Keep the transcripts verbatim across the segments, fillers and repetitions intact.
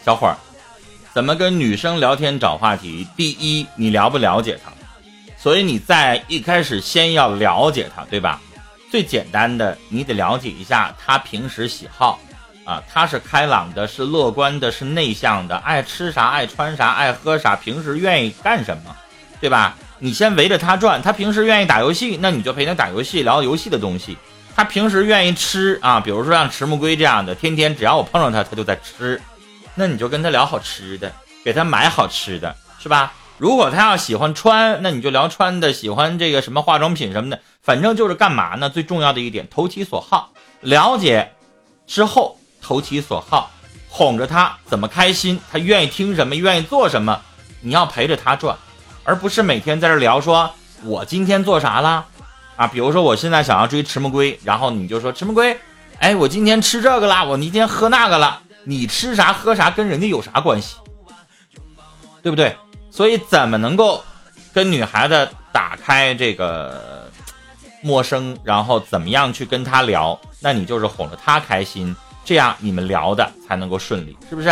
小伙儿，怎么跟女生聊天找话题？第一，你了不了解她，所以你在一开始先要了解她，对吧？最简单的，你得了解一下她平时喜好啊，她是开朗的，是乐观的，是内向的，爱吃啥，爱穿啥，爱喝啥，平时愿意干什么，对吧？你先围着她转，她平时愿意打游戏，那你就陪她打游戏，聊游戏的东西。她平时愿意吃啊，比如说像迟木龟这样的，天天只要我碰上她，她就在吃，那你就跟她聊好吃的，给她买好吃的，是吧？如果她要喜欢穿，那你就聊穿的，喜欢这个什么化妆品什么的，反正就是干嘛呢？最重要的一点，投其所好。了解之后投其所好，哄着她怎么开心，她愿意听什么，愿意做什么，你要陪着她转，而不是每天在这聊说我今天做啥了啊？比如说我现在想要追迟木龟，然后你就说迟木龟，哎，我今天吃这个啦，我今天喝那个了，你吃啥喝啥跟人家有啥关系，对不对？所以怎么能够跟女孩子打开这个陌生，然后怎么样去跟她聊，那你就是哄着她开心，这样你们聊的才能够顺利，是不是？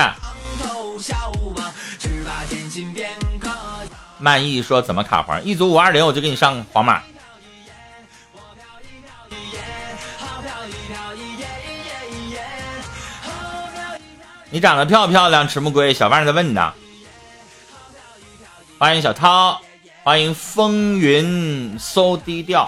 曼艺说怎么卡环，一组五二零我就给你上黄马。你长得漂不漂亮？迟木龟，小万在问你呢。欢迎小涛，欢迎风云搜低调。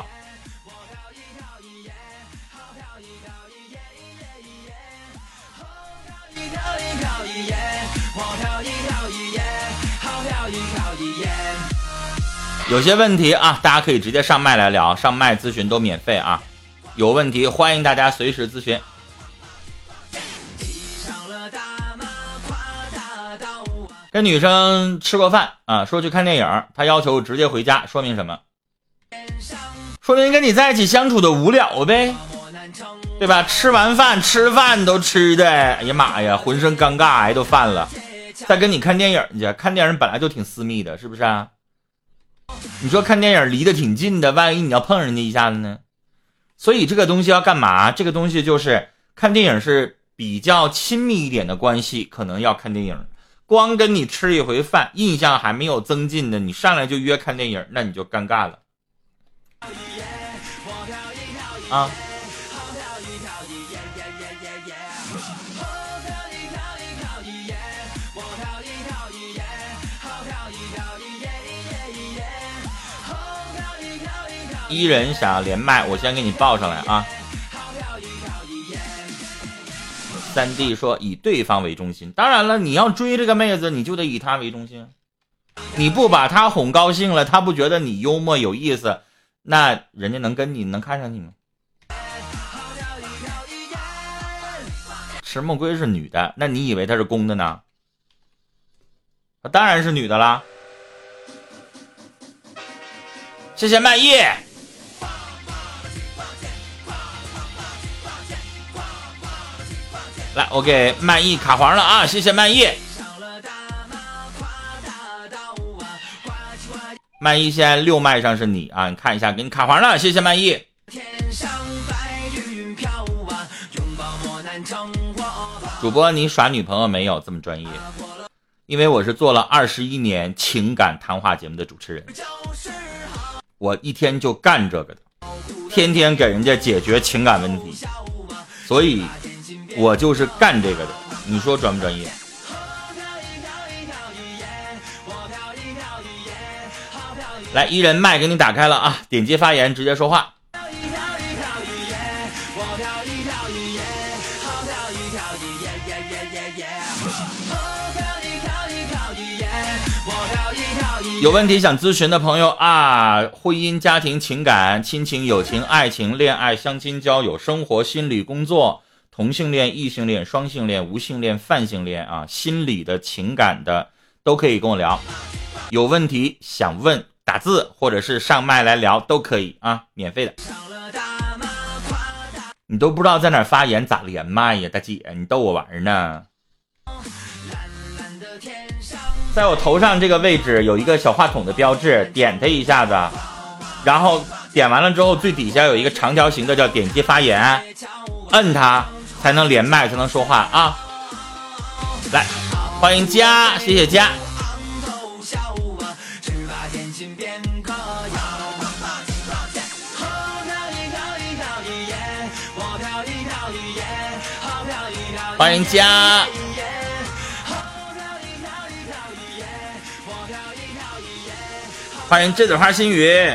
有些问题啊，大家可以直接上麦来聊，上麦咨询都免费啊。有问题欢迎大家随时咨询。跟女生吃过饭啊，说去看电影，她要求直接回家，说明什么？说明跟你在一起相处的无聊呗，对吧？吃完饭吃饭都吃的，哎呀妈呀，浑身尴尬癌都犯了。再跟你看电影去，看电影本来就挺私密的，是不是啊？你说看电影离得挺近的，万一你要碰人家一下子呢？所以这个东西要干嘛？这个东西就是看电影是比较亲密一点的关系，可能要看电影。光跟你吃一回饭，印象还没有增进的，你上来就约看电影，那你就尴尬了啊！一人想要连麦，我先给你报上来啊。三弟说以对方为中心，当然了，你要追这个妹子，你就得以她为中心。你不把她哄高兴了，她不觉得你幽默有意思，那人家能跟你能看上你吗？迟木龟是女的，那你以为她是公的呢？她当然是女的啦。谢谢曼艺。来，我给曼艺卡黄了啊！谢谢曼艺。曼艺现在六麦上是你啊，你看一下，给你卡黄了，谢谢曼艺。主播，你耍女朋友没有？这么专业？因为我是做了二十一年情感谈话节目的主持人，我一天就干这个的，天天给人家解决情感问题，所以我就是干这个的，你说专不专业？来，一人麦给你打开了啊，点击发言，直接说话。有问题想咨询的朋友啊，婚姻、家庭、情感、亲情、友情、爱情、恋爱、相亲、交友、生活、心理、工作，同性恋、异性恋、双性恋、无性恋、泛性恋啊，心理的、情感的都可以跟我聊。有问题想问，打字或者是上麦来聊都可以啊，免费的。你都不知道在哪儿发言咋连麦呀，大姐，你逗我玩呢？在我头上这个位置有一个小话筒的标志，点它一下子，然后点完了之后最底下有一个长条形的叫点击发言，摁它才能连麦才能说话啊。来， 欢迎家，谢谢家。欢迎家。欢迎栀子花心语。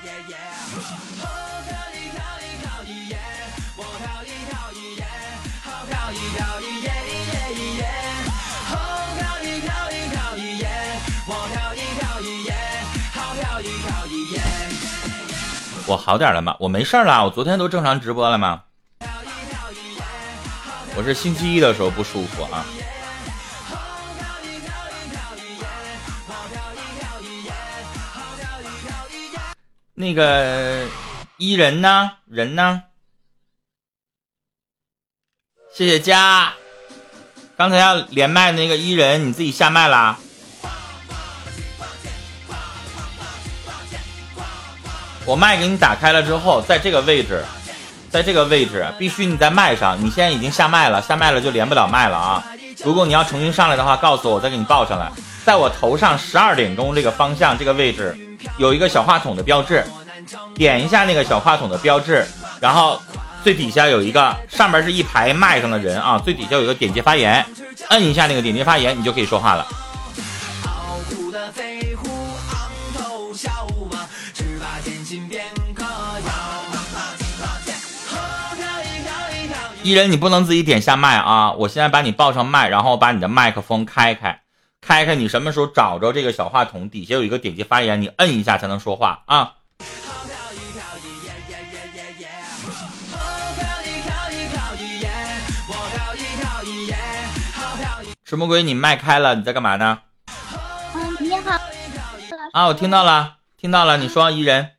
我好点了吗？我没事了，我昨天都正常直播了吗？我是星期一的时候不舒服啊。那个伊人呢？人呢？谢谢家。刚才要连麦的那个伊人，你自己下麦啦？我麦给你打开了之后，在这个位置，在这个位置必须你在麦上。你现在已经下麦了，下麦了就连不了麦了啊！如果你要重新上来的话，告诉我，我再给你报上来。在我头上十二点钟这个方向这个位置有一个小话筒的标志，点一下那个小话筒的标志，然后最底下有一个，上面是一排麦上的人啊，最底下有一个点击发言，摁一下那个点击发言，你就可以说话了。伊人，你不能自己点下麦啊！我现在把你报上麦，然后把你的麦克风开开，开开。你什么时候找着这个小话筒底下有一个点击发言，你摁一下才能说话啊！什么鬼？你麦开了？你在干嘛呢？ 嗯，你好。 啊，我听到了，听到了。你说，伊人。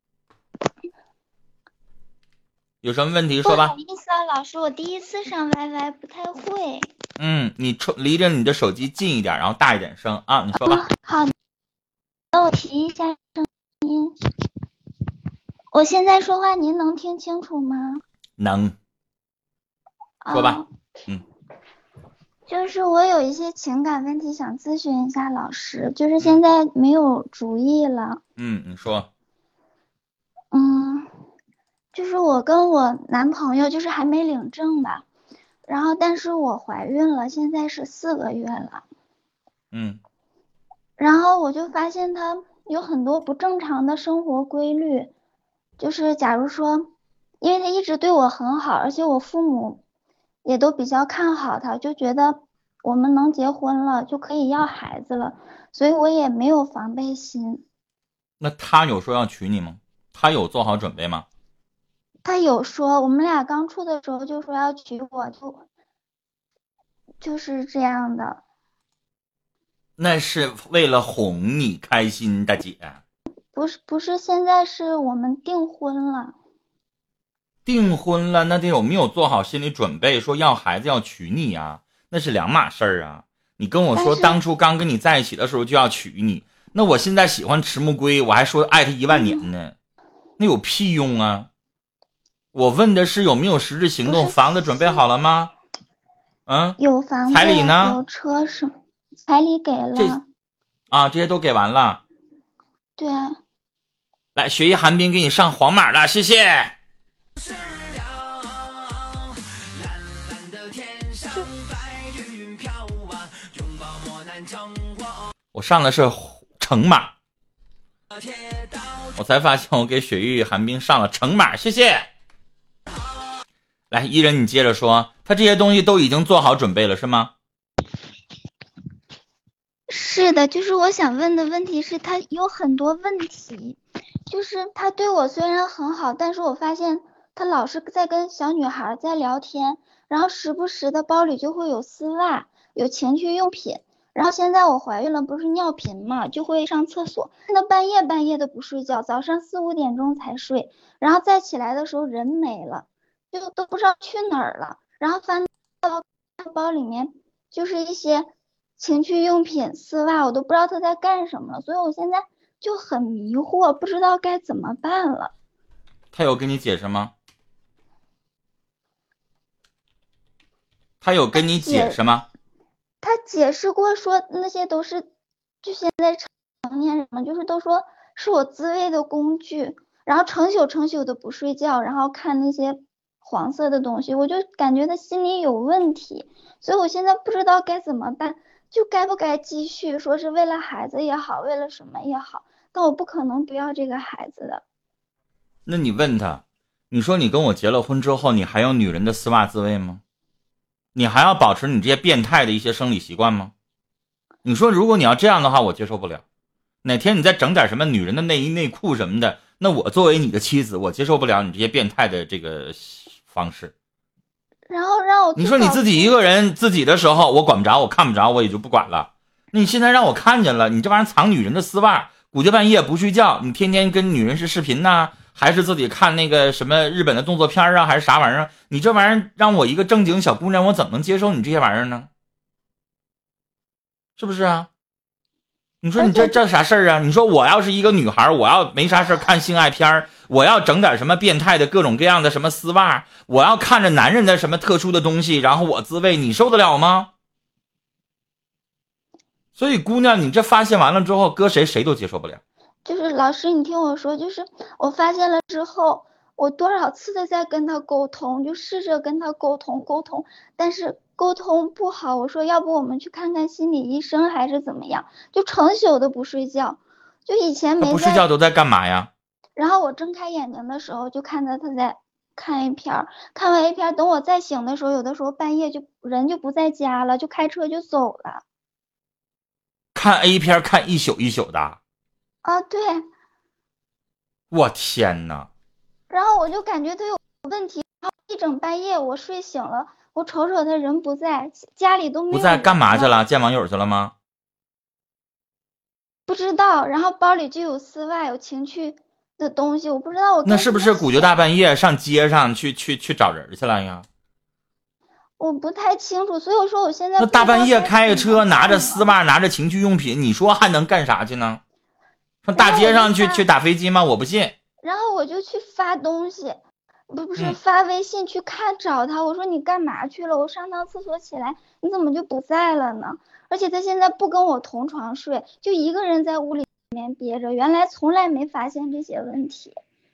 有什么问题说吧。 不好意思啊，老师，我第一次上 Y Y 不太会。 嗯，你冲离着你的手机近一点，然后大一点声啊，你说吧。 嗯、好，那我提一下声音。我现在说话您能听清楚吗？ 能。说吧。哦、嗯。 就是我有一些情感问题想咨询一下老师，就是现在没有主意了。 嗯，你说。 嗯。就是我跟我男朋友就是还没领证吧，然后但是我怀孕了，现在是四个月了。 嗯。 然后我就发现他有很多不正常的生活规律，就是假如说，因为他一直对我很好，而且我父母也都比较看好他，就觉得我们能结婚了就可以要孩子了，所以我也没有防备心。 那他有说要娶你吗？他有做好准备吗？ 他有说，我们俩刚处的时候就说要娶我，就就是这样的。 那是为了哄你开心，大姐。 不是不是，现在是我们订婚了。 订婚了，那得有没有做好心理准备，说要孩子要娶你啊？那是两码事儿啊。你跟我说当初刚跟你在一起的时候就要娶你，那我现在喜欢迟暮归，我还说爱他一万年呢，嗯、那有屁用啊？我问的是有没有实质行动，房子准备好了吗？嗯， 有房子， 彩礼呢？ 有车是，彩礼给了。 这啊，这些都给完了。 对。 来，学艺寒冰给你上黄马了，谢谢。我上的是橙马，我才发现我给雪域寒冰上了橙马，谢谢。来，伊人你接着说，他这些东西都已经做好准备了是吗？ 是的，就是我想问的问题是他有很多问题，就是他对我虽然很好，但是我发现他老是在跟小女孩在聊天，然后时不时的包里就会有丝袜，有情趣用品，然后现在我怀孕了，不是尿频嘛，就会上厕所，那半夜半夜的不睡觉，早上四五点钟才睡，然后再起来的时候人没了，就都不知道去哪儿了，然后翻到包里面就是一些情趣用品丝袜，我都不知道他在干什么了，所以我现在就很迷惑，不知道该怎么办了。 他有跟你解释吗？他有跟你解释吗？ 他解释过说那些都是就现在成年人们就是都说是我自慰的工具，然后成宿成宿的不睡觉，然后看那些黄色的东西，我就感觉他心里有问题，所以我现在不知道该怎么办，就该不该继续，说是为了孩子也好，为了什么也好，但我不可能不要这个孩子的。 那你问他，你说你跟我结了婚之后，你还用女人的丝袜自慰吗？你还要保持你这些变态的一些生理习惯吗？你说如果你要这样的话，我接受不了。哪天你再整点什么女人的内衣内裤什么的，那我作为你的妻子，我接受不了你这些变态的这个方式。 然后让我你说你自己一个人自己的时候，我管不着，我看不着，我也就不管了。你现在让我看见了，你这玩意儿藏女人的丝袜，午觉半夜不睡觉，你天天跟女人是视频呐，还是自己看那个什么日本的动作片啊，还是啥玩意儿？你这玩意儿让我一个正经小姑娘，我怎么能接受你这些玩意儿呢？是不是啊？你说你这这啥事儿啊？你说我要是一个女孩，我要没啥事看性爱片，我要整点什么变态的各种各样的什么丝袜，我要看着男人的什么特殊的东西，然后我自慰，你受得了吗？所以姑娘，你这发现完了之后，搁谁谁都接受不了。 就是老师，你听我说，就是我发现了之后，我多少次的在跟他沟通，就试着跟他沟通沟通，但是沟通不好。我说要不我们去看看心理医生还是怎么样，就成宿的不睡觉，就以前没在不睡觉都在干嘛呀？ 然后我睁开眼睛的时候就看到他在看 A 片，看完 A 片，等我再醒的时候，有的时候半夜就人就不在家了，就开车就走了。 看 A 片看一宿一宿的啊，对。 我天哪！ 然后我就感觉他有问题，然后一整半夜我睡醒了，我瞅瞅他人不在，家里都没有。 不在干嘛去了？见网友去了吗？ 不知道。然后包里就有丝袜，有情趣的东西，我不知道我。 那是不是鼓就大半夜上街上去去去找人去了呀？ 我不太清楚，所以我说我现在那大半夜开着车，拿着丝袜，拿着情趣用品，你说还能干啥去呢？上大街上去去打飞机吗？我不信。 然后我就去发东西，不不是嗯发微信去看找他，我说你干嘛去了？我上趟厕所起来，你怎么就不在了呢？而且他现在不跟我同床睡，就一个人在屋里面憋着，原来从来没发现这些问题。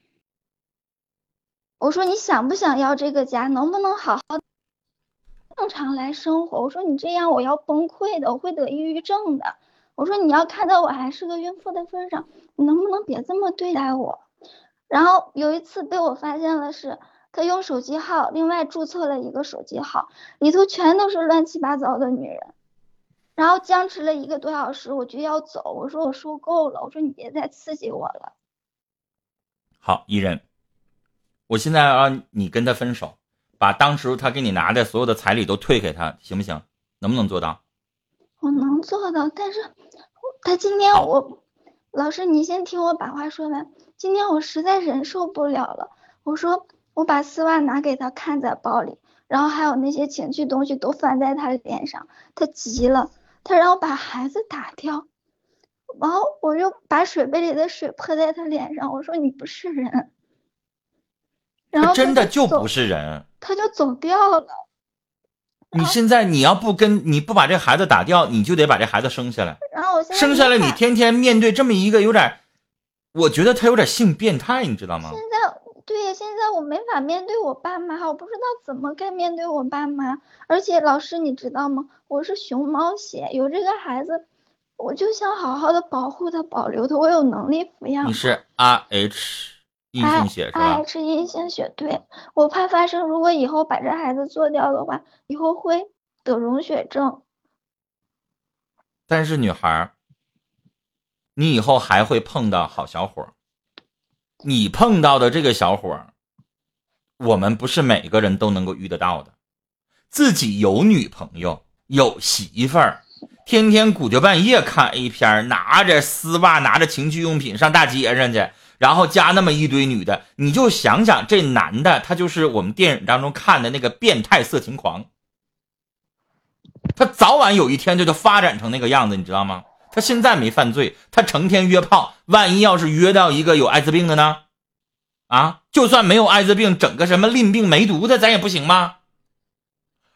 我说你想不想要这个家？能不能好好正常来生活？我说你这样我要崩溃的，我会得抑郁症的。我说你要看到我还是个孕妇的份上，你能不能别这么对待我？然后有一次被我发现了，是他用手机号另外注册了一个手机号，里头全都是乱七八糟的女人。然后僵持了一个多小时，我就要走，我说我受够了，我说你别再刺激我了。 好，伊人，我现在让你跟他分手，把当时他给你拿的所有的彩礼都退给他，行不行？能不能做到？ 我能做到，但是他今天我，老师你先听我把话说完。今天我实在忍受不了了，我说我把丝袜拿给他看在包里，然后还有那些情趣东西都翻在他脸上，他急了，他让我把孩子打掉，然后我就把水杯里的水泼在他脸上，我说你不是人，然后他真的就不是人， 他就走掉了。 你现在你要不跟你不把这孩子打掉，你就得把这孩子生下来。 然后我现在生下来，你天天面对这么一个有点，我觉得他有点性变态，你知道吗？ 现在对，现在我没法面对我爸妈，我不知道怎么该面对我爸妈。而且老师你知道吗？我是熊猫血，有这个孩子，我就想好好的保护他，保留他，我有能力抚养他。 你是 R H 阴性血是吧 ？R H 阴性血，对，我怕发生，如果以后把这孩子做掉的话，以后会得溶血症。 但是女孩，你以后还会碰到好小伙，你碰到的这个小伙，我们不是每个人都能够遇得到的。自己有女朋友，有媳妇儿，天天鼓着半夜看 A 片，拿着丝袜，拿着情趣用品上大街上去，然后加那么一堆女的，你就想想这男的，他就是我们电影当中看的那个变态色情狂，他早晚有一天就就发展成那个样子，你知道吗？他现在没犯罪，他成天约炮，万一要是约到一个有艾滋病的呢？啊，就算没有艾滋病，整个什么淋病梅毒的咱也不行吗？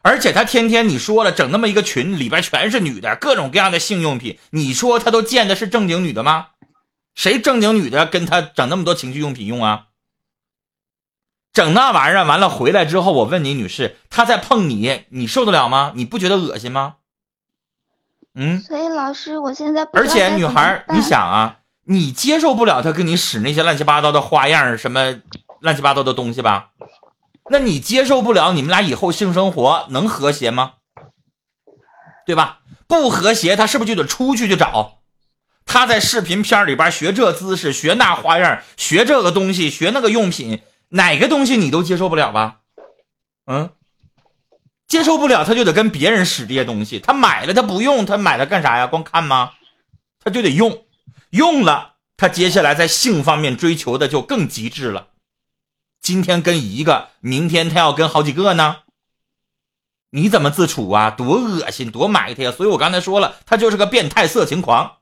而且他天天你说了整那么一个群，里边全是女的，各种各样的性用品，你说他都见的是正经女的吗？谁正经女的跟他整那么多情趣用品用啊？整那玩意儿完了回来之后，我问你女士，他在碰你，你受得了吗？你不觉得恶心吗？嗯， 所以老师，我现在不知道而且女孩， 该怎么办你想啊，你接受不了他跟你使那些乱七八糟的花样，什么乱七八糟的东西吧？那你接受不了，你们俩以后性生活能和谐吗？对吧？不和谐，他是不是就得出去去找？他在视频片里边学这姿势，学那花样，学这个东西，学那个用品，哪个东西你都接受不了吧？嗯，接受不了，他就得跟别人使这些东西。他买了他不用，他买了干啥呀？光看吗？他就得用，用了，他接下来在性方面追求的就更极致了。今天跟一个，明天他要跟好几个呢，你怎么自处啊？多恶心，多埋汰呀！所以我刚才说了，他就是个变态色情狂。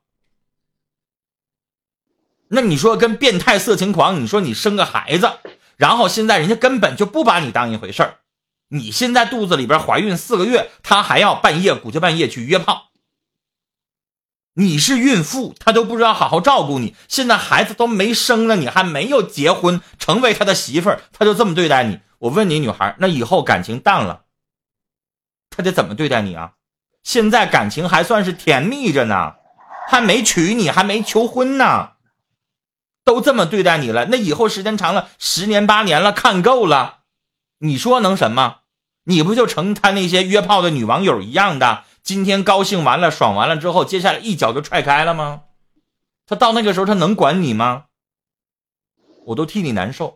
那你说跟变态色情狂，你说你生个孩子，然后现在人家根本就不把你当一回事儿，你现在肚子里边怀孕四个月，他还要半夜鼓捣半夜去约炮。你是孕妇，他都不知道好好照顾你，现在孩子都没生了，你还没有结婚成为他的媳妇儿，他就这么对待你。我问你女孩，那以后感情淡了，他得怎么对待你啊？现在感情还算是甜蜜着呢，还没娶你，还没求婚呢，都这么对待你了，那以后时间长了，十年八年了，看够了，你说能什么？你不就成他那些约炮的女网友一样的，今天高兴完了爽完了之后，接下来一脚就踹开了吗？他到那个时候他能管你吗？我都替你难受。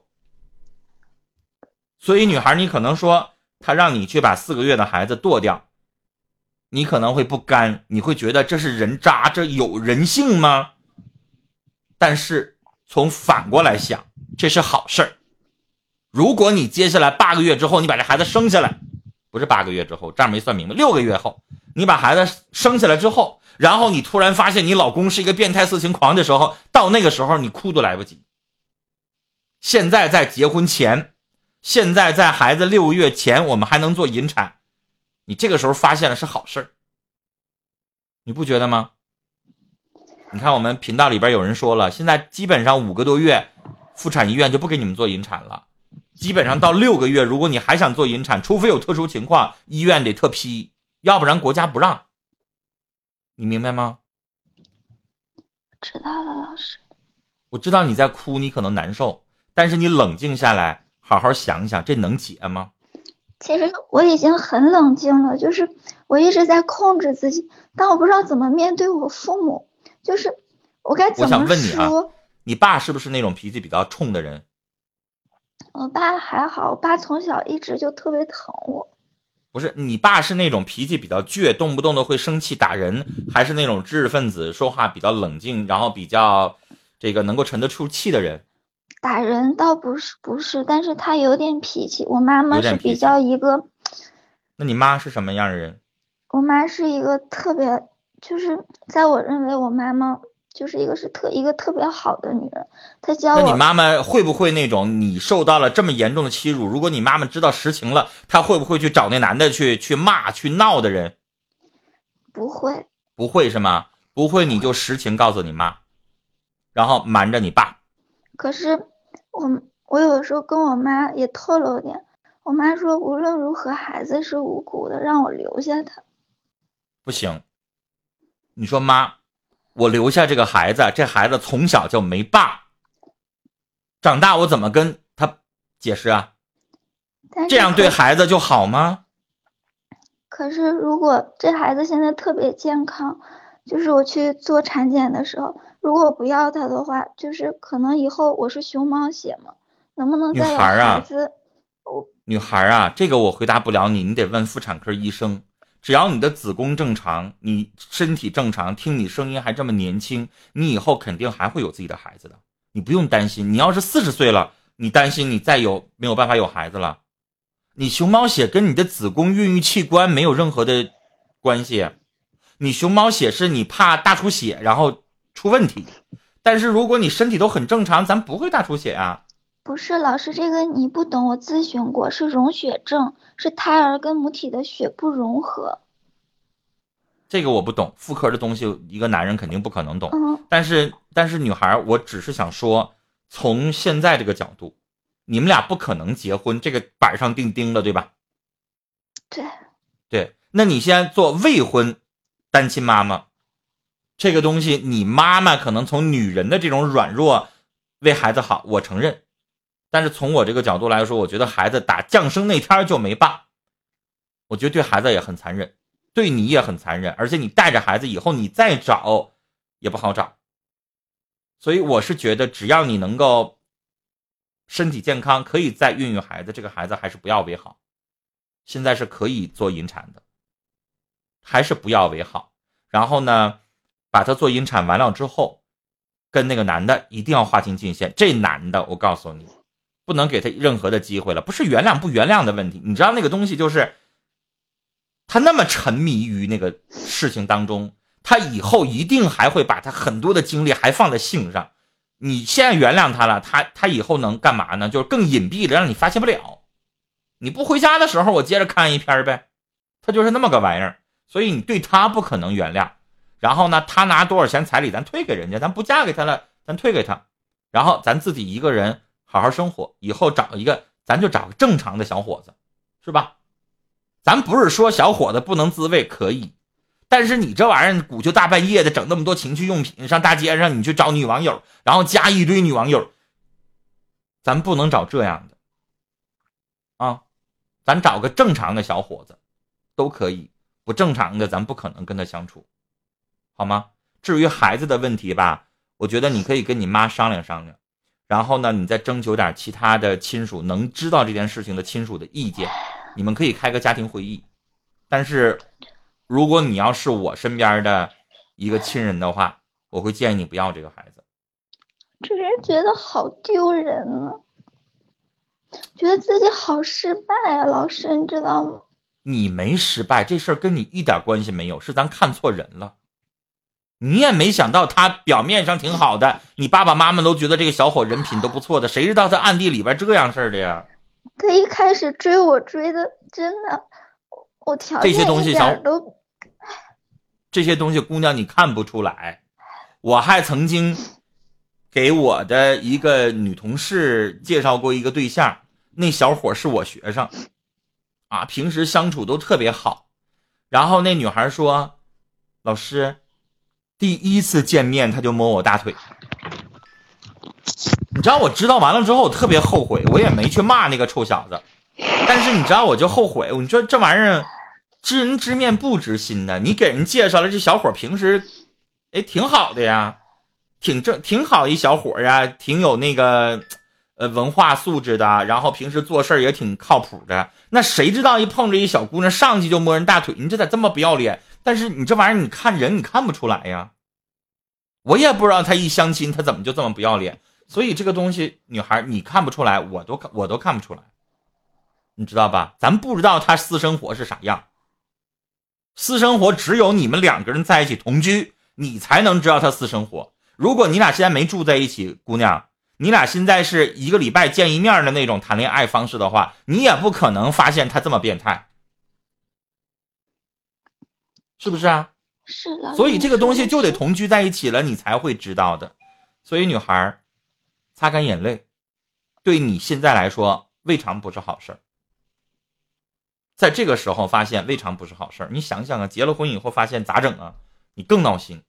所以女孩，你可能说他让你去把四个月的孩子剁掉，你可能会不甘，你会觉得这是人渣，这有人性吗？但是从反过来想，这是好事儿。如果你接下来八个月之后你把这孩子生下来，不是八个月之后，这样没算明白，六个月后你把孩子生下来之后，然后你突然发现你老公是一个变态色情狂的时候，到那个时候你哭都来不及。现在在结婚前，现在在孩子六个月前，我们还能做引产，你这个时候发现了是好事儿，你不觉得吗？你看我们频道里边有人说了，现在基本上五个多月妇产医院就不给你们做引产了，基本上到六个月，如果你还想做引产，除非有特殊情况，医院得特批，要不然国家不让。你明白吗？ 知道了，老师。 我知道你在哭，你可能难受，但是你冷静下来，好好想想，这能解吗？ 其实我已经很冷静了，就是我一直在控制自己，但我不知道怎么面对我父母，就是我该怎么说。 我想问你啊，你爸是不是那种脾气比较冲的人？ 我爸还好，我爸从小一直就特别疼我。 不是，你爸是那种脾气比较倔，动不动的会生气打人，还是那种知识分子，说话比较冷静，然后比较这个能够沉得住气的人？ 打人倒不是不是，但是他有点脾气。我妈妈是比较一个。 那你妈是什么样的人？ 我妈是一个特别，就是在我认为我妈妈就是一个是特一个特别好的女人。她教我。 那你妈妈会不会那种你受到了这么严重的欺辱，如果你妈妈知道实情了，她会不会去找那男的去去骂去闹的人？ 不会。 不会是吗？不会你就实情告诉你妈，然后瞒着你爸。 可是我我有时候跟我妈也透露点，我妈说无论如何孩子是无辜的，让我留下他。 不行，你说妈，我留下这个孩子，这孩子从小就没爸，长大我怎么跟他解释啊？这样对孩子就好吗？ 可是如果这孩子现在特别健康，就是我去做产检的时候，如果不要他的话，就是可能以后我是熊猫血嘛，能不能再有孩子？ 女孩啊，这个我回答不了你，你得问妇产科医生。只要你的子宫正常，你身体正常，听你声音还这么年轻，你以后肯定还会有自己的孩子的，你不用担心。你要是四十岁了，你担心你再有没有办法有孩子了？你熊猫血跟你的子宫孕育器官没有任何的关系，你熊猫血是你怕大出血然后出问题，但是如果你身体都很正常，咱不会大出血啊。 不是老师，这个你不懂，我咨询过，是溶血症，是胎儿跟母体的血不融合。 这个我不懂，妇科的东西一个男人肯定不可能懂。 嗯， 但是但是女孩，我只是想说，从现在这个角度，你们俩不可能结婚，这个板上钉钉了，对吧？ 对对，那你现在做未婚单亲妈妈，这个东西你妈妈可能从女人的这种软弱为孩子好，我承认。但是从我这个角度来说，我觉得孩子打降生那天就没爸，我觉得对孩子也很残忍，对你也很残忍，而且你带着孩子以后你再找也不好找。所以我是觉得只要你能够身体健康，可以再孕育孩子，这个孩子还是不要为好。现在是可以做引产的，还是不要为好。然后呢，把他做引产完了之后，跟那个男的一定要划清界限。这男的我告诉你，不能给他任何的机会了，不是原谅不原谅的问题。你知道那个东西就是他那么沉迷于那个事情当中，他以后一定还会把他很多的精力还放在性上。你现在原谅他了，他他以后能干嘛呢？就是更隐蔽的，让你发现不了。你不回家的时候，我接着看一篇呗。他就是那么个玩意儿，所以你对他不可能原谅。然后呢，他拿多少钱彩礼咱退给人家，咱不嫁给他了，咱退给他。然后咱自己一个人好好生活，以后找一个，咱就找个正常的小伙子，是吧？咱不是说小伙子不能自慰，可以。但是你这玩意儿鼓秋大半夜的整那么多情趣用品，上大街上你去找女网友，然后加一堆女网友，咱不能找这样的啊，咱找个正常的小伙子都可以，不正常的咱不可能跟他相处，好吗？至于孩子的问题吧，我觉得你可以跟你妈商量商量，然后呢，你再征求点其他的亲属能知道这件事情的亲属的意见，你们可以开个家庭会议。但是如果你要是我身边的一个亲人的话，我会建议你不要这个孩子。 只是觉得好丢人啊，觉得自己好失败啊，老师你知道吗？ 你没失败，这事儿跟你一点关系没有，是咱看错人了。你也没想到他表面上挺好的，你爸爸妈妈都觉得这个小伙人品都不错的，谁知道他暗地里边这样事儿的呀？ 他一开始追我追的真的，我条件这些东西一点都， 这些东西姑娘你看不出来。我还曾经给我的一个女同事介绍过一个对象，那小伙是我学生啊，平时相处都特别好。然后那女孩说，老师第一次见面他就摸我大腿。你知道我知道完了之后我特别后悔，我也没去骂那个臭小子，但是你知道我就后悔，你说这玩意儿知人知面不知心的，你给人介绍了这小伙平时哎挺好的呀，挺正挺好一小伙呀，挺有那个呃文化素质的，然后平时做事也挺靠谱的。那谁知道一碰着一小姑娘上去就摸人大腿，你这咋这么不要脸？但是你这玩意儿你看人你看不出来呀，我也不知道他一相亲他怎么就这么不要脸。所以这个东西女孩你看不出来，我都我都看不出来，你知道吧？咱不知道他私生活是啥样，私生活只有你们两个人在一起同居你才能知道他私生活。如果你俩现在没住在一起，姑娘你俩现在是一个礼拜见一面的那种谈恋爱方式的话，你也不可能发现他这么变态，是不是啊？ 是的。 所以这个东西就得同居在一起了你才会知道的。所以女孩擦干眼泪，对你现在来说未尝不是好事。在这个时候发现未尝不是好事，你想想啊，结了婚以后发现咋整啊？你更闹心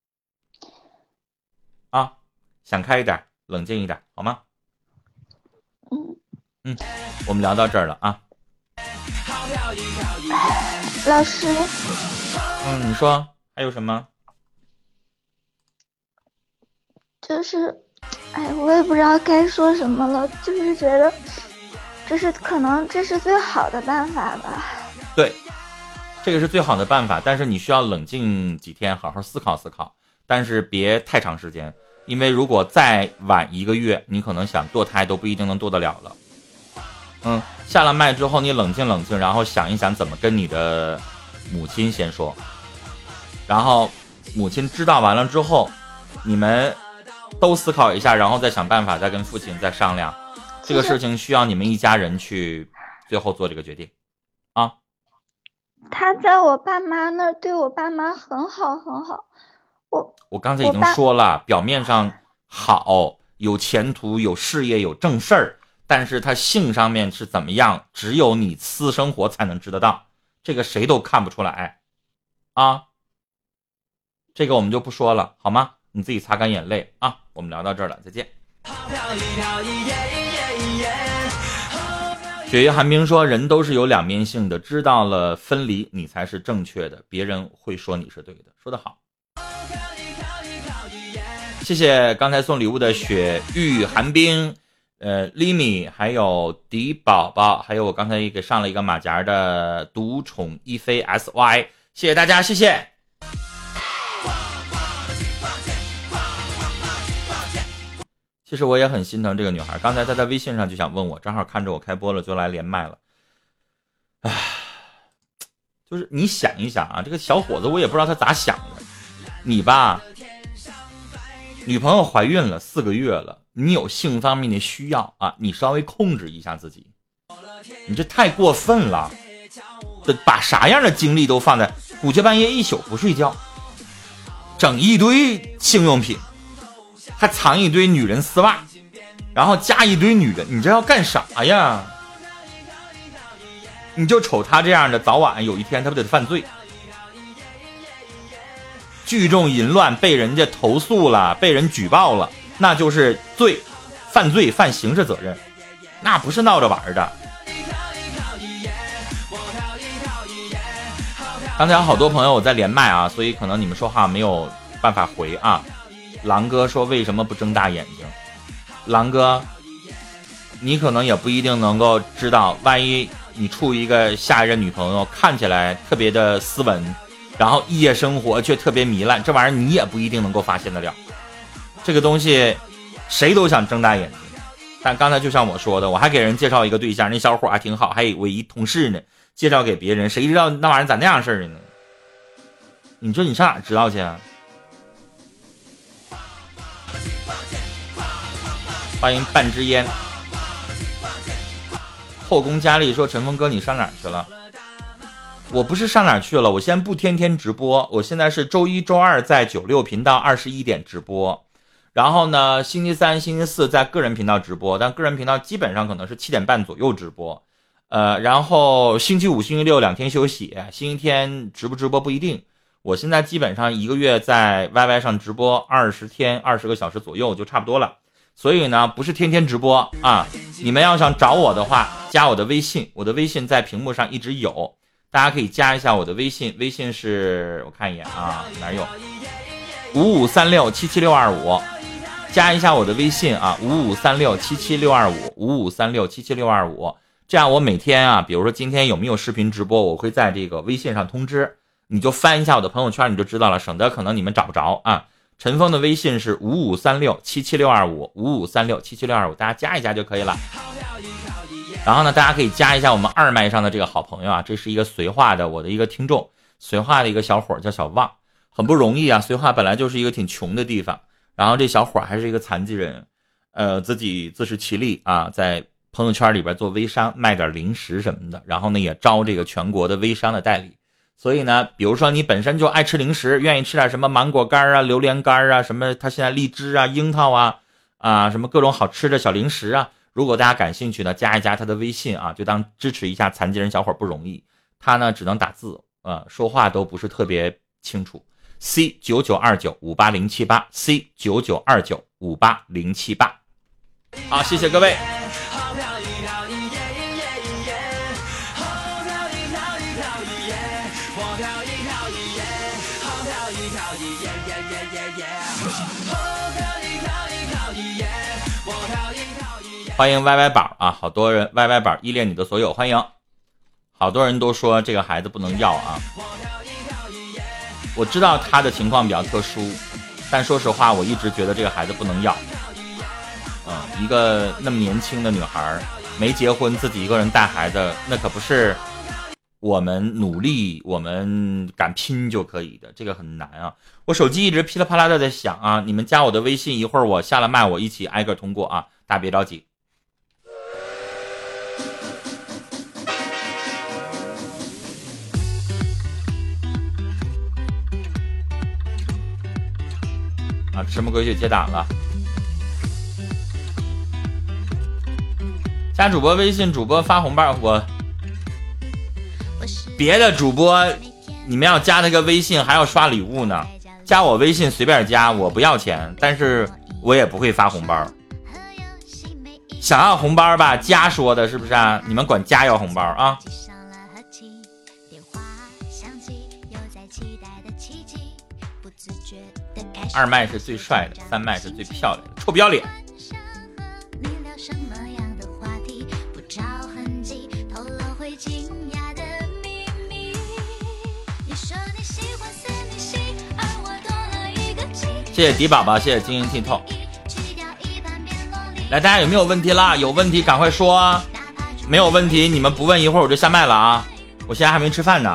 啊！想开一点，冷静一点，好吗？ 嗯嗯，我们聊到这儿了啊。 老师， 嗯，你说还有什么？ 就是，哎，我也不知道该说什么了，就是觉得这是可能这是最好的办法吧。 对，这个是最好的办法，但是你需要冷静几天，好好思考思考，但是别太长时间，因为如果再晚一个月，你可能想堕胎都不一定能堕得了了。嗯，下了麦之后，你冷静冷静，然后想一想怎么跟你的母亲先说，然后母亲知道完了之后，你们都思考一下，然后再想办法，再跟父亲再商量， 这个事情需要你们一家人去最后做这个决定啊。 他在我爸妈那儿对我爸妈很好很好，我我刚才已经说了，表面上好，有前途，有事业，有正事儿，但是他性上面是怎么样，只有你私生活才能知得到，这个谁都看不出来啊。这个我们就不说了，好吗？你自己擦干眼泪啊。我们聊到这儿了，再见。雪夜寒冰说，人都是有两面性的，知道了分离你才是正确的，别人会说你是对的。说得好，谢谢刚才送礼物的雪玉寒冰，呃 Limi 还有迪宝宝，还有我刚才给上了一个马甲的独宠一飞 S Y， 谢谢大家，谢谢。其实我也很心疼这个女孩，刚才她在微信上就想问我，正好看着我开播了就来连麦了。唉，就是你想一想啊，这个小伙子我也不知道他咋想的，你吧女朋友怀孕了四个月了，你有性方面的需要啊，你稍微控制一下自己，你这太过分了，把啥样的精力都放在鼓秋半夜一宿不睡觉，整一堆性用品，还藏一堆女人丝袜，然后加一堆女人，你这要干啥呀？你就瞅他这样的，早晚有一天他不得犯罪，聚众淫乱被人家投诉了，被人举报了，那就是罪，犯罪，犯刑事责任，那不是闹着玩的。刚才有好多朋友我在连麦啊，所以可能你们说话没有办法回啊。狼哥说为什么不睁大眼睛？狼哥，你可能也不一定能够知道，万一你处一个下一任女朋友看起来特别的斯文，然后夜生活却特别糜烂，这玩意儿你也不一定能够发现得了。这个东西谁都想睁大眼睛，但刚才就像我说的，我还给人介绍一个对象，那小伙还挺好，还以为一同事呢，介绍给别人，谁知道那玩意儿咋那样事儿呢？你说你上哪知道去啊？欢迎半支烟。后宫佳丽说，陈峰哥你上哪儿去了？我不是上哪儿去了，我现在不天天直播，我现在是周一周二在九六频道二十一点直播，然后呢星期三星期四在个人频道直播，但个人频道基本上可能是七点半左右直播，呃，然后星期五星期六两天休息，星期天直不直播不一定。我现在基本上一个月在 Y Y 上直播二十天二十个小时左右就差不多了，所以呢不是天天直播啊。你们要想找我的话，加我的微信，我的微信在屏幕上一直有，大家可以加一下我的微信，微信是我看一眼啊，哪有五五三六七七六二五，加一下我的微信啊，五五三六七七六二五，五五三六七七六二五，这样我每天啊，比如说今天有没有视频直播，我会在这个微信上通知，你就翻一下我的朋友圈你就知道了，省得可能你们找不着啊。陈峰的微信是五五三六七七六二五，五五三六七七六二五，大家加一加就可以了。然后呢，大家可以加一下我们二麦上的这个好朋友啊，这是一个绥化的我的一个听众，绥化的一个小伙叫小旺，很不容易啊。绥化本来就是一个挺穷的地方，然后这小伙还是一个残疾人，呃，自己自食其力啊，在朋友圈里边做微商，卖点零食什么的，然后呢也招这个全国的微商的代理。所以呢，比如说你本身就爱吃零食，愿意吃点什么芒果干啊、榴莲干啊，什么他现在荔枝啊、樱桃啊啊，什么各种好吃的小零食啊，如果大家感兴趣呢，加一加他的微信啊，就当支持一下残疾人小伙不容易。他呢只能打字，呃，说话都不是特别清楚。C 九九二九五八零七八 C 九九二九五八零七八。好，谢谢各位。欢迎 Y Y 宝啊，好多人 Y Y 宝依恋你的所有，欢迎。好多人都说这个孩子不能要啊，我知道他的情况比较特殊，但说实话我一直觉得这个孩子不能要。嗯，一个那么年轻的女孩没结婚，自己一个人带孩子，那可不是我们努力我们敢拼就可以的，这个很难啊。我手机一直噼里啪啦的在响啊，你们加我的微信，一会儿我下了麦我一起挨个通过啊，大家别着急。 啊，吃不回去接档了。加主播微信，主播发红包，我别的主播你们要加那个微信还要刷礼物呢，加我微信随便加，我不要钱，但是我也不会发红包。想要红包吧，家说的是不是啊？你们管家要红包啊？二麦是最帅的，三麦是最漂亮的，臭不要脸。谢谢迪宝宝，谢谢晶莹剔透。来，大家有没有问题啦？有问题赶快说啊！没有问题你们不问，一会儿我就下麦了啊！我现在还没吃饭呢。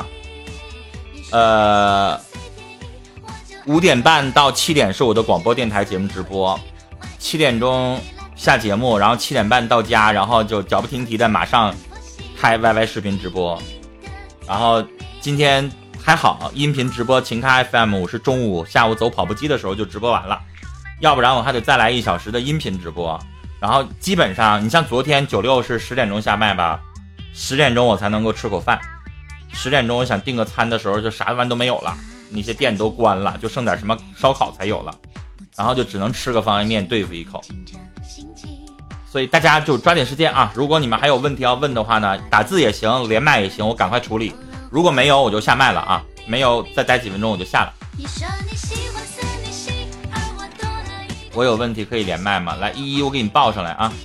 呃，五点半到七点是我的广播电台节目直播，七点钟下节目，然后七点半到家，然后就脚不停蹄的马上开 Y Y 视频直播。然后今天还好，音频直播秦咖 F M 我是中午下午走跑步机的时候就直播完了，要不然我还得再来一小时的音频直播。然后基本上你像昨天九六是十点钟下麦吧，十点钟我才能够吃口饭，十点钟我想订个餐的时候就啥玩意都没有了，那些店都关了，就剩点什么烧烤才有了，然后就只能吃个方便面对付一口。所以大家就抓紧时间啊！如果你们还有问题要问的话呢，打字也行，连麦也行，我赶快处理。如果没有我就下麦了啊，没有再待几分钟我就下了。我有问题可以连麦吗？来，依依我给你报上来啊。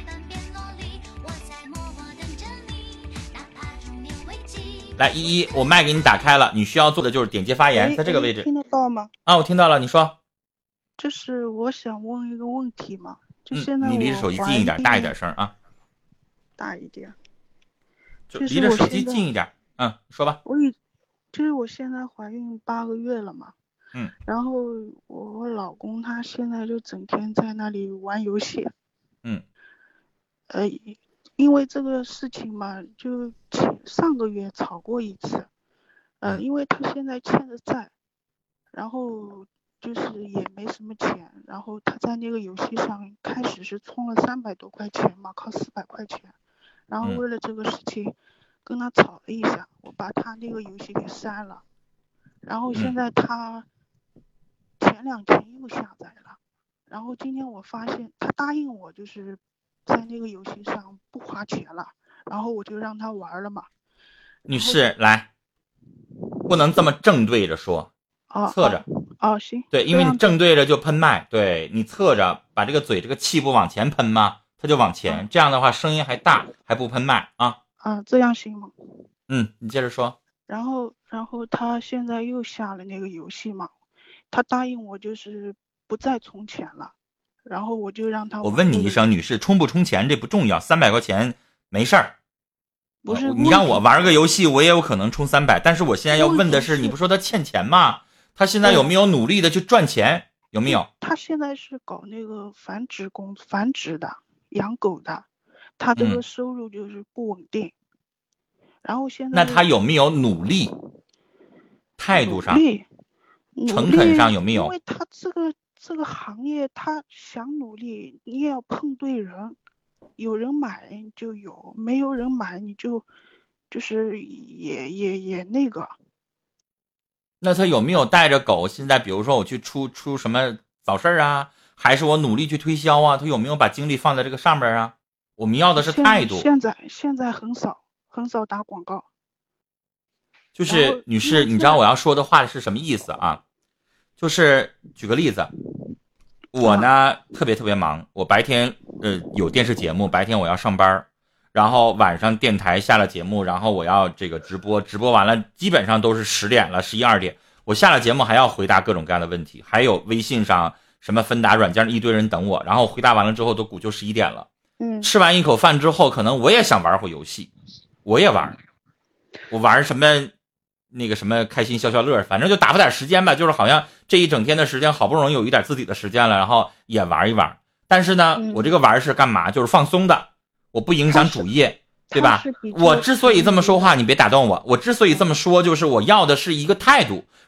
来，依依我麦给你打开了，你需要做的就是点击发言，在这个位置。 听得到吗？ 啊，我听到了，你说。 就是我想问一个问题嘛，就现在、 嗯、你离手机近一点，大一点声啊。 大一点。 就离着手机近一点。嗯，说吧。 我已，就是我现在怀孕八个月了嘛。 嗯。 然后我老公他现在就整天在那里玩游戏。 嗯。 呃，因为这个事情嘛，就上个月吵过一次。呃，因为他现在欠着债，然后就是也没什么钱，然后他在那个游戏上开始是充了三百多块钱嘛，靠四百块钱，然后为了这个事情跟他吵了一下，我把他那个游戏给删了，然后现在他前两天又下载了，然后今天我发现他答应我就是在那个游戏上不花钱了，然后我就让他玩了嘛。 女士，来，不能这么正对着说， 哦、 侧着。 哦，行。 对，因为你正对着就喷麦，对，你侧着把这个嘴这个气不往前喷嘛，它就往前，嗯、这样的话声音还大，还不喷麦啊。 啊，这样行吗？ 嗯，你接着说。 然后，然后他现在又下了那个游戏嘛，他答应我就是不再充钱了，然后我就让他。 我问你一声，女士，充不充钱这不重要，三百块钱没事儿。 不是， 你让我玩个游戏，我也有可能充三百，但是我现在要问的是，你不说他欠钱吗？他现在有没有努力的去赚钱？有没有？ 他现在是搞那个繁殖工，繁殖的，养狗的，他这个收入就是不稳定。嗯、然后现在那他有没有努力？态度上、 努力诚恳上有没有？ 因为他这个这个行业，他想努力，你也要碰对人，有人买就有，没有人买你就就是也也也那个。 那他有没有带着狗？现在比如说我去出出什么早市啊，还是我努力去推销啊？他有没有把精力放在这个上边啊？我们要的是态度。 现在现在很少很少打广告。 就是女士，你知道我要说的话是什么意思啊？就是举个例子，我呢、啊、特别特别忙，我白天呃有电视节目，白天我要上班，然后晚上电台下了节目，然后我要这个直播，直播完了基本上都是十点了，十一二点，我下了节目还要回答各种各样的问题，还有微信上什么芬达软件一堆人等我，然后回答完了之后都估就十一点了。 嗯， 吃完一口饭之后，可能我也想玩会游戏，我也玩，我玩什么那个什么开心消消乐，反正就打发点时间吧，就是好像这一整天的时间好不容易有一点自己的时间了，然后也玩一玩。但是呢、嗯、我这个玩是干嘛？就是放松的，我不影响主业，对吧？我之所以这么说话，你别打断我，我之所以这么说，就是我要的是一个态度，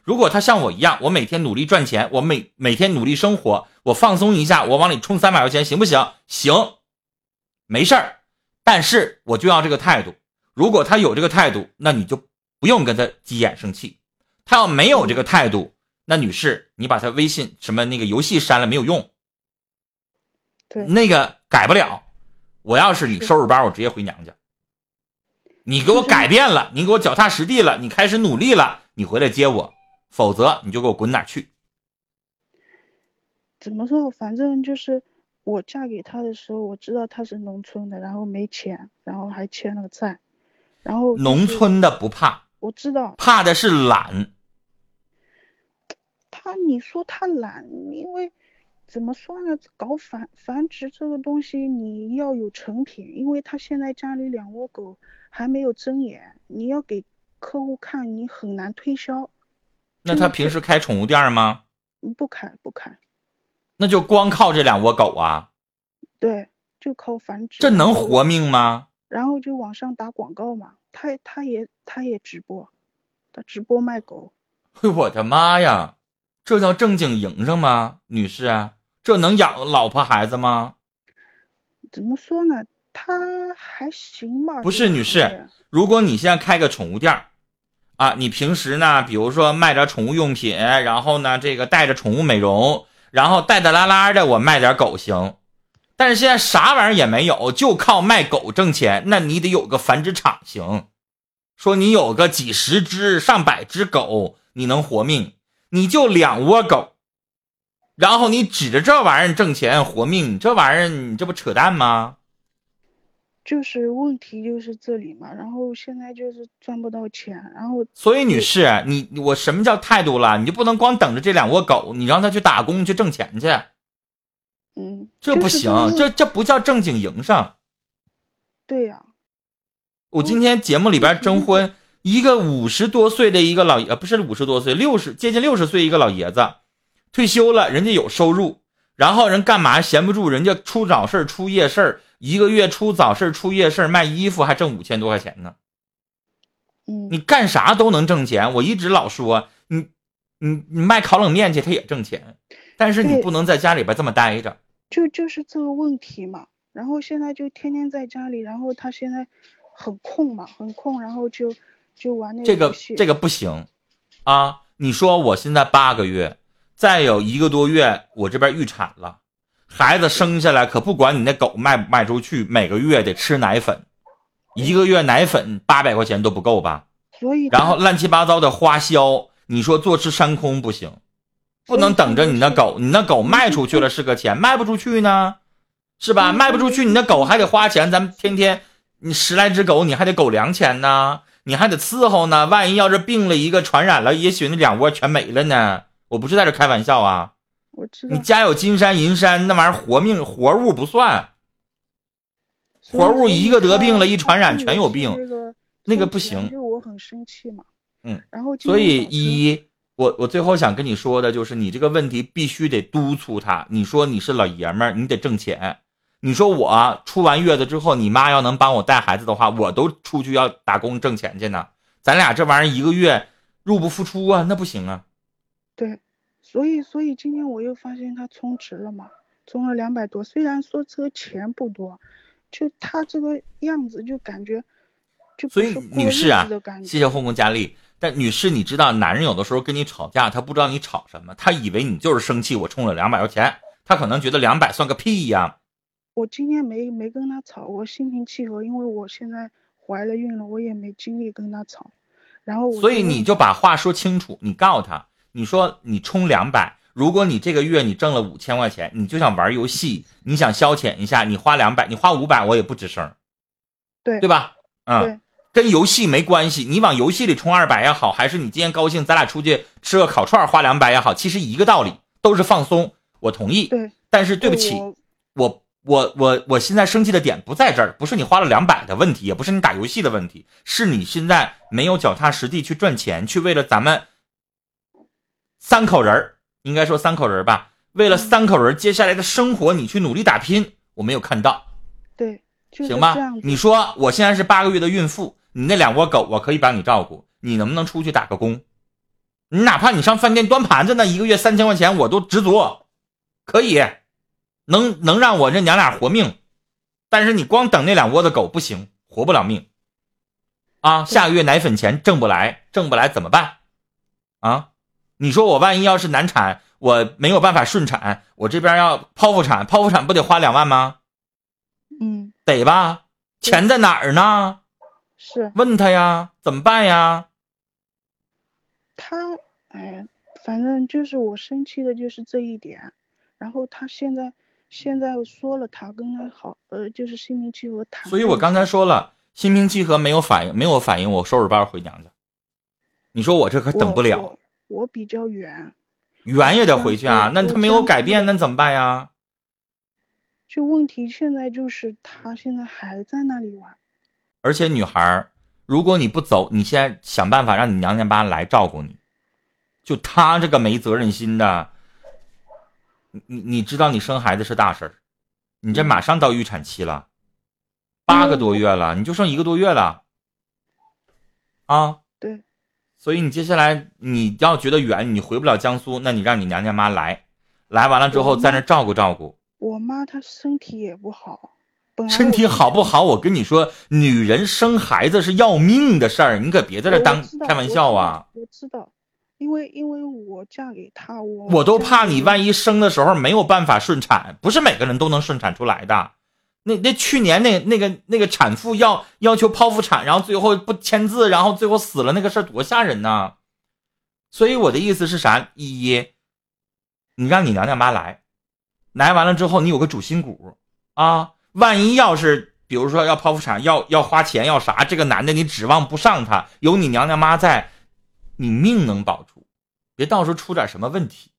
如果他像我一样，我每天努力赚钱，我每每天努力生活，我放松一下，我往里充三百块钱，行不行？行，没事儿。但是我就要这个态度。如果他有这个态度，那你就不用跟他急眼生气。他要没有这个态度，那女士，你把他微信什么那个游戏删了没有用， 对， 那个改不了。我要是你收拾包，我直接回娘家。你给我改变了，你给我脚踏实地了，你开始努力了，你回来接我，否则你就给我滚哪去。 怎么说，反正就是我嫁给他的时候，我知道他是农村的，然后没钱，然后还欠了个债，然后、就是、 农村的不怕， 我知道， 怕的是懒。 他你说他懒，因为怎么说呢，搞繁繁殖这个东西你要有成品，因为他现在家里两窝狗还没有睁眼，你要给客户看你很难推销。 那他平时开宠物店吗？ 不开不开。 那就光靠这两窝狗啊？ 对，就靠繁殖。 这能活命吗？ 然后就网上打广告嘛，他他也他也直播，他直播卖狗。 嘿，我的妈呀，这叫正经营生吗？女士啊，这能养老婆孩子吗？ 怎么说呢，他还行吧。 不是女士，如果你现在开个宠物店啊，你平时呢比如说卖点宠物用品，然后呢这个带着宠物美容，然后带带拉拉的我卖点狗行。但是现在啥玩意儿也没有，就靠卖狗挣钱，那你得有个繁殖场行。说你有个几十只上百只狗你能活命，你就两窝狗，然后你指着这玩意儿挣钱活命，这玩意儿你这不扯淡吗？ 就是问题就是这里嘛，然后现在就是赚不到钱，然后所以女士，你我什么叫态度了？你就不能光等着这两窝狗，你让他去打工去挣钱去。 嗯， 这不行， 就是、 这这不叫正经营生。 对呀、啊， 我今天节目里边征婚一个五十多岁的一个老爷，不是五十多岁，六十接近六十岁一个老爷子，退休了，人家有收入，然后人干嘛闲不住，人家出早市出夜市，一个月出早市出夜市卖衣服还挣五千多块钱呢。 嗯， 你干啥都能挣钱。我一直老说你你你卖烤冷面去他也挣钱，但是你不能在家里边这么待着。 就就是这个问题嘛。然后现在就天天在家里，然后他现在很空嘛，很空，然后就就玩那个这个这个不行啊！你说我现在八个月，再有一个多月我这边预产了，孩子生下来可不管你那狗卖不卖出去，每个月得吃奶粉，一个月奶粉八百块钱都不够吧？ 所以然后乱七八糟的花销，你说坐吃山空不行，不能等着你那狗，你那狗卖出去了是个钱，卖不出去呢，是吧？卖不出去，你那狗还得花钱，咱们天天你十来只狗，你还得狗粮钱呢，你还得伺候呢，万一要是病了一个传染了，也许那两窝全没了呢。我不是在这开玩笑啊， 我知道你家有金山银山，那玩意儿活命活物不算，活物一个得病了，一传染全有病，那个不行。 就我很生气嘛， 嗯， 然后所以一，我我最后想跟你说的就是，你这个问题必须得督促他。你说你是老爷们儿，你得挣钱。你说我出完月子之后，你妈要能帮我带孩子的话，我都出去要打工挣钱去呢。咱俩这玩意儿一个月入不敷出啊，那不行啊。 对，所以所以今天我又发现他充值了嘛，充了两百多。虽然说这个钱不多，就他这个样子就感觉就不所以是女士啊， 谢谢谢后宫佳丽。但女士，你知道男人有的时候跟你吵架，他不知道你吵什么，他以为你就是生气，我充了两百块钱，他可能觉得两百算个屁呀。 我今天没没跟他吵，我心平气和，因为我现在怀了孕了，我也没精力跟他吵。然后所以你就把话说清楚，你告诉他，你说你充两百，如果你这个月你挣了五千块钱，你就想玩游戏，你想消遣一下，你花两百，你花五百，我也不吱声， 对对吧？嗯， 对， 跟游戏没关系，你往游戏里充二百也好，还是你今天高兴，咱俩出去吃个烤串花两百也好，其实一个道理，都是放松，我同意。 对， 但是对不起，我我我我现在生气的点不在这儿，不是你花了两百的问题，也不是你打游戏的问题，是你现在没有脚踏实地去赚钱，去为了咱们三口人，应该说三口人吧，为了三口人接下来的生活，你去努力打拼，我没有看到。 对，就是行吧？你说我现在是八个月的孕妇，你那两窝狗我可以帮你照顾，你能不能出去打个工？ 你哪怕你上饭店端盘子，那一个月三千块钱我都知足，可以，能能让我这娘俩活命。但是你光等那两窝子狗不行，活不了命啊！下个月奶粉钱挣不来，挣不来怎么办啊？你说我万一要是难产，我没有办法顺产，我这边要剖腹产，剖腹产不得花两万吗？ 嗯， 得吧？钱在哪儿呢？ 是问他呀，怎么办呀？ 他，哎，反正就是我生气的就是这一点。然后他现在现在说了，他跟他好，呃，就是心平气和谈。 所以我刚才说了，心平气和没有反应，没有反应，我收拾包回娘家。你说我这可等不了。 我, 我, 我比较远， 远也得回去啊。那他没有改变，那怎么办呀？ 就问题现在就是他现在还在那里玩。 而且女孩，如果你不走，你现在想办法让你娘家妈来照顾你。就他这个没责任心的，你你知道你生孩子是大事儿，你这马上到预产期了，八个多月了，你就剩一个多月了啊。 对。 所以你接下来你要觉得远，你回不了江苏，那你让你娘家妈来，来完了之后在那照顾照顾。 我妈她身体也不好， 身体好不好？我跟你说，女人生孩子是要命的事儿，你可别在这当开玩笑啊！ 我知道，因为因为我嫁给他，我我都怕你万一生的时候没有办法顺产，不是每个人都能顺产出来的。那那去年那那个那个产妇要要求剖腹产，然后最后不签字，然后最后死了，那个事儿多吓人呐！所以我的意思是啥？一，你让你娘家妈来。来完了之后，你有个主心骨啊！万一要是比如说要剖腹产，要要花钱要啥，这个男的你指望不上他，有你娘家妈在，你命能保住，别到时候出点什么问题。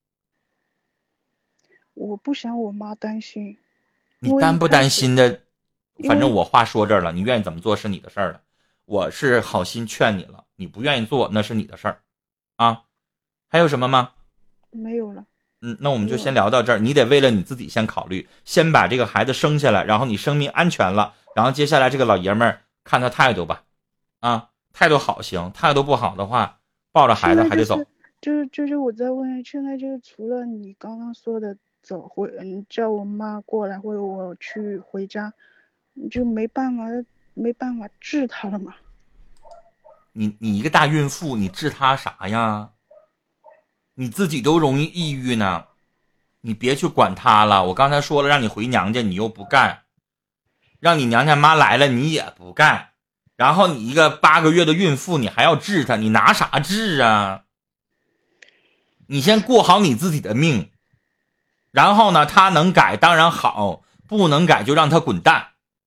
我不想我妈担心。 你担不担心的，反正我话说这儿了，你愿意怎么做是你的事儿了。我是好心劝你了，你不愿意做那是你的事儿啊。还有什么吗？ 没有了。 嗯，那我们就先聊到这儿。你得为了你自己先考虑，先把这个孩子生下来，然后你生命安全了，然后接下来这个老爷们儿看他态度吧，啊，态度好行，态度不好的话，抱着孩子还得走。 就是就是我在问，现在就是除了你刚刚说的走回，你叫我妈过来或者我去回家，你就没办法没办法治他了嘛。 你你一个大孕妇，你治他啥呀？你自己都容易抑郁呢，你别去管他了。我刚才说了让你回娘家，你又不干，让你娘家妈来了你也不干，然后你一个八个月的孕妇你还要治他，你拿啥治啊？你先过好你自己的命，然后呢他能改当然好，不能改就让他滚蛋。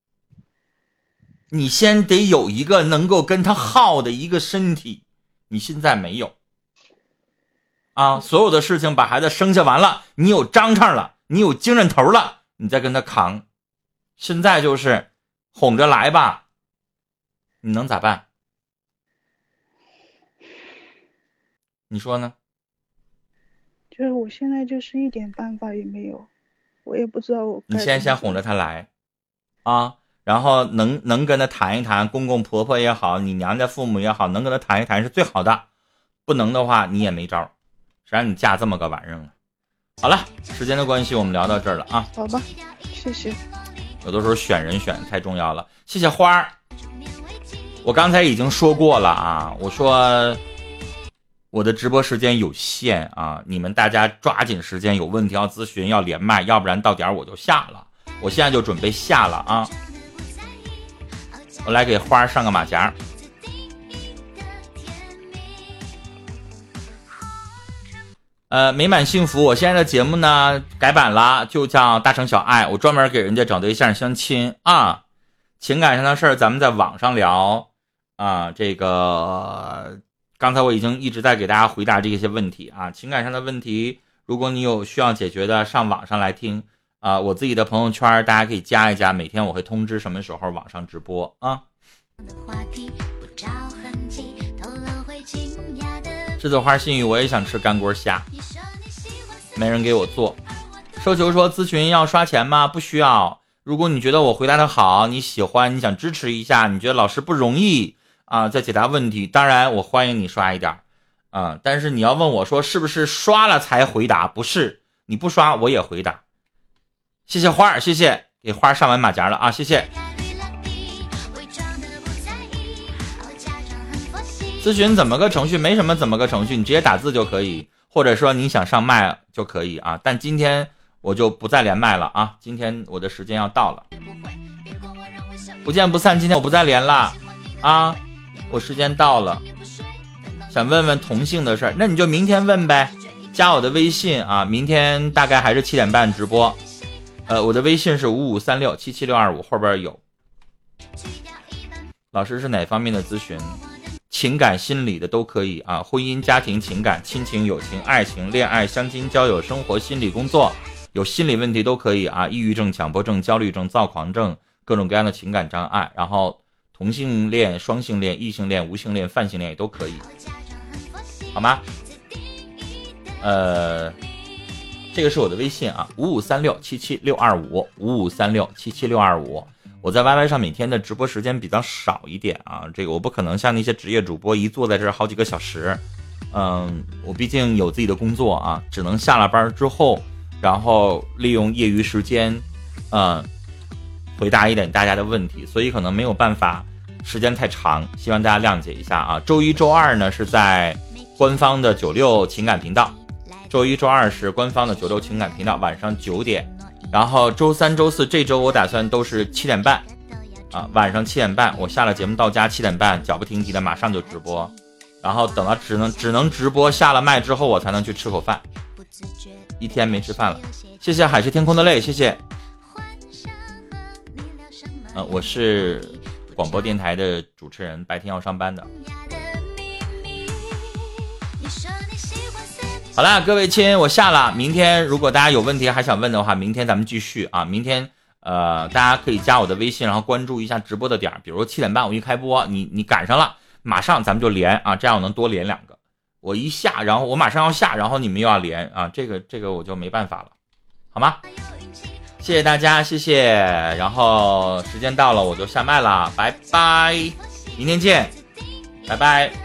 你先得有一个能够跟他耗的一个身体，你现在没有啊，所有的事情把孩子生下完了，你有章程了，你有精神头了，你再跟他扛。现在就是哄着来吧，你能咋办？你说呢？ 就是我现在就是一点办法也没有，我也不知道我该。 你先先哄着他来啊，然后能能跟他谈一谈，公公婆婆也好，你娘家父母也好，能跟他谈一谈是最好的。不能的话，你也没招。谁让你嫁这么个玩意儿了？好了，时间的关系，我们聊到这儿了啊。 好吧，谢谢。 有的时候选人选太重要了。谢谢花儿。我刚才已经说过了啊，我说我的直播时间有限啊，你们大家抓紧时间，有问题要咨询要连麦，要不然到点我就下了。我现在就准备下了啊。我来给花儿上个马甲。呃，美满幸福，我现在的节目呢改版了，就叫大城小爱，我专门给人家找对象相亲啊，情感上的事儿咱们在网上聊啊。这个刚才我已经一直在给大家回答这些问题啊，情感上的问题，如果你有需要解决的，上网上来听啊，我自己的朋友圈大家可以加一加，每天我会通知什么时候网上直播啊。栀子花心语，我也想吃干锅虾，没人给我做。收球说咨询要刷钱吗？不需要。如果你觉得我回答的好，你喜欢，你想支持一下，你觉得老师不容易啊，在解答问题，当然我欢迎你刷一点啊，但是你要问我说是不是刷了才回答，不是，你不刷我也回答。谢谢花儿，谢谢，给花儿上完马甲了啊，谢谢。咨询怎么个程序？没什么怎么个程序，你直接打字就可以，或者说你想上麦就可以啊。但今天我就不再连麦了啊，今天我的时间要到了，不见不散。今天我不再连了啊，我时间到了。想问问同性的事儿，那你就明天问呗，加我的微信啊，明天大概还是七点半直播。呃，我的微信是五五三六七七六二五，后边有。老师是哪方面的咨询？情感心理的都可以啊，婚姻家庭情感亲情友情爱情恋爱相亲交友生活心理工作，有心理问题都可以啊，抑郁症强迫症焦虑症躁狂症各种各样的情感障碍，然后同性恋双性恋异性恋无性恋泛性恋也都可以，好吗？呃这个是我的微信啊，五五三六七七六二五，五五三六七七六二五。我在 Y Y 上每天的直播时间比较少一点啊，这个我不可能像那些职业主播一坐在这儿好几个小时，嗯，我毕竟有自己的工作啊，只能下了班之后，然后利用业余时间，嗯，回答一点大家的问题，所以可能没有办法，时间太长，希望大家谅解一下啊。周一周二呢是在官方的九六情感频道，周一周二是官方的九六情感频道，晚上九点。然后周三周四这周我打算都是七点半啊，晚上七点半我下了节目到家七点半脚不停蹄的马上就直播，然后等到只能只能直播下了麦之后我才能去吃口饭，一天没吃饭了。谢谢海是天空的泪，谢谢。呃，我是广播电台的主持人，白天要上班的。好啦，各位亲，我下了。明天如果大家有问题还想问的话，明天咱们继续啊。明天呃，大家可以加我的微信，然后关注一下直播的点，比如七点半我一开播，你你赶上了，马上咱们就连啊，这样我能多连两个。我一下，然后我马上要下，然后你们又要连啊，这个这个我就没办法了，好吗？谢谢大家，谢谢。然后时间到了，我就下麦了，拜拜，明天见，拜拜。